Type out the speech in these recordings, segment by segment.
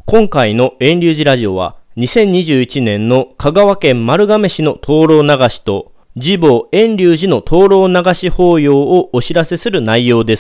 今回の遠流寺ラジオは2021年の香川県丸亀市の灯籠流しと寺坊遠流寺の灯籠流し法要をお知らせする内容です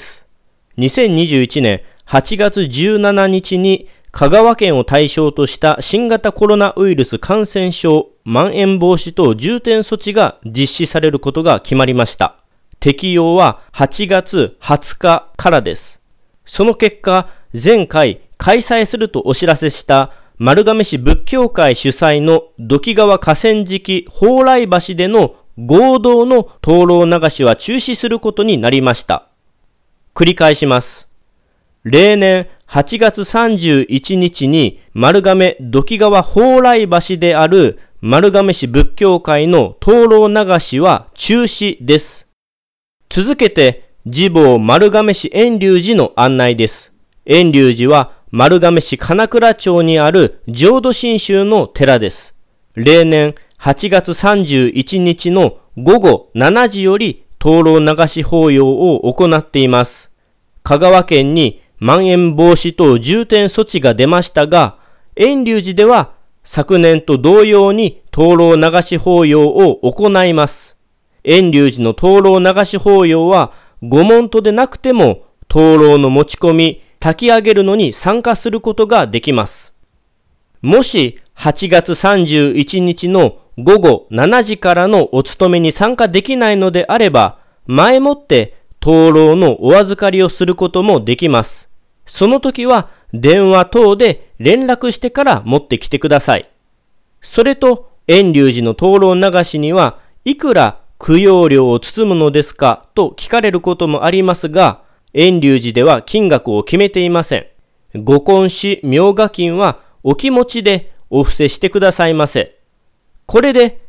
。2021年8月17日に香川県を対象とした新型コロナウイルス感染症まん延防止等重点措置が実施されることが決まりました。適用は8月20日からです。その結果、前回開催するとお知らせした丸亀市仏教会主催の土岐川河川敷蓬莱橋での合同の灯籠流しは中止することになりました。繰り返します。例年8月31日に丸亀土岐川蓬莱橋である丸亀市仏教会の灯籠流しは中止です。続けて寺坊丸亀市遠流寺の案内です。遠流寺は丸亀市金倉町にある浄土真宗の寺です。例年8月31日の午後7時より灯籠流し法要を行っています。香川県にまん延防止等重点措置が出ましたが、遠流寺では昨年と同様に灯籠流し法要を行います。遠流寺の灯籠流し法要は御門徒でなくても灯籠の持ち込み、焚き上げるのに参加することができます。もし8月31日の午後7時からのお勤めに参加できないのであれば、前もって灯籠のお預かりをすることもできます。その時は電話等で連絡してから持ってきてください。それと遠流寺の灯籠流しにはいくら供養料を包むのですかと聞かれることもありますが、遠流寺では金額を決めていません。ご根子名画金はお気持ちでお布施してくださいませ。これで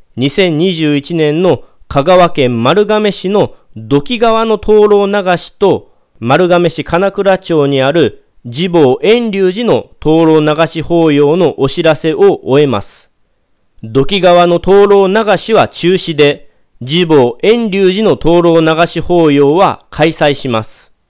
2021年の香川県丸亀市の土岐川の灯籠流しと丸亀市金倉町にある寺坊遠流寺の灯籠流し法要のお知らせを終えます。土岐川の灯籠流しは中止で、寺坊遠流寺の灯籠流し法要は開催します。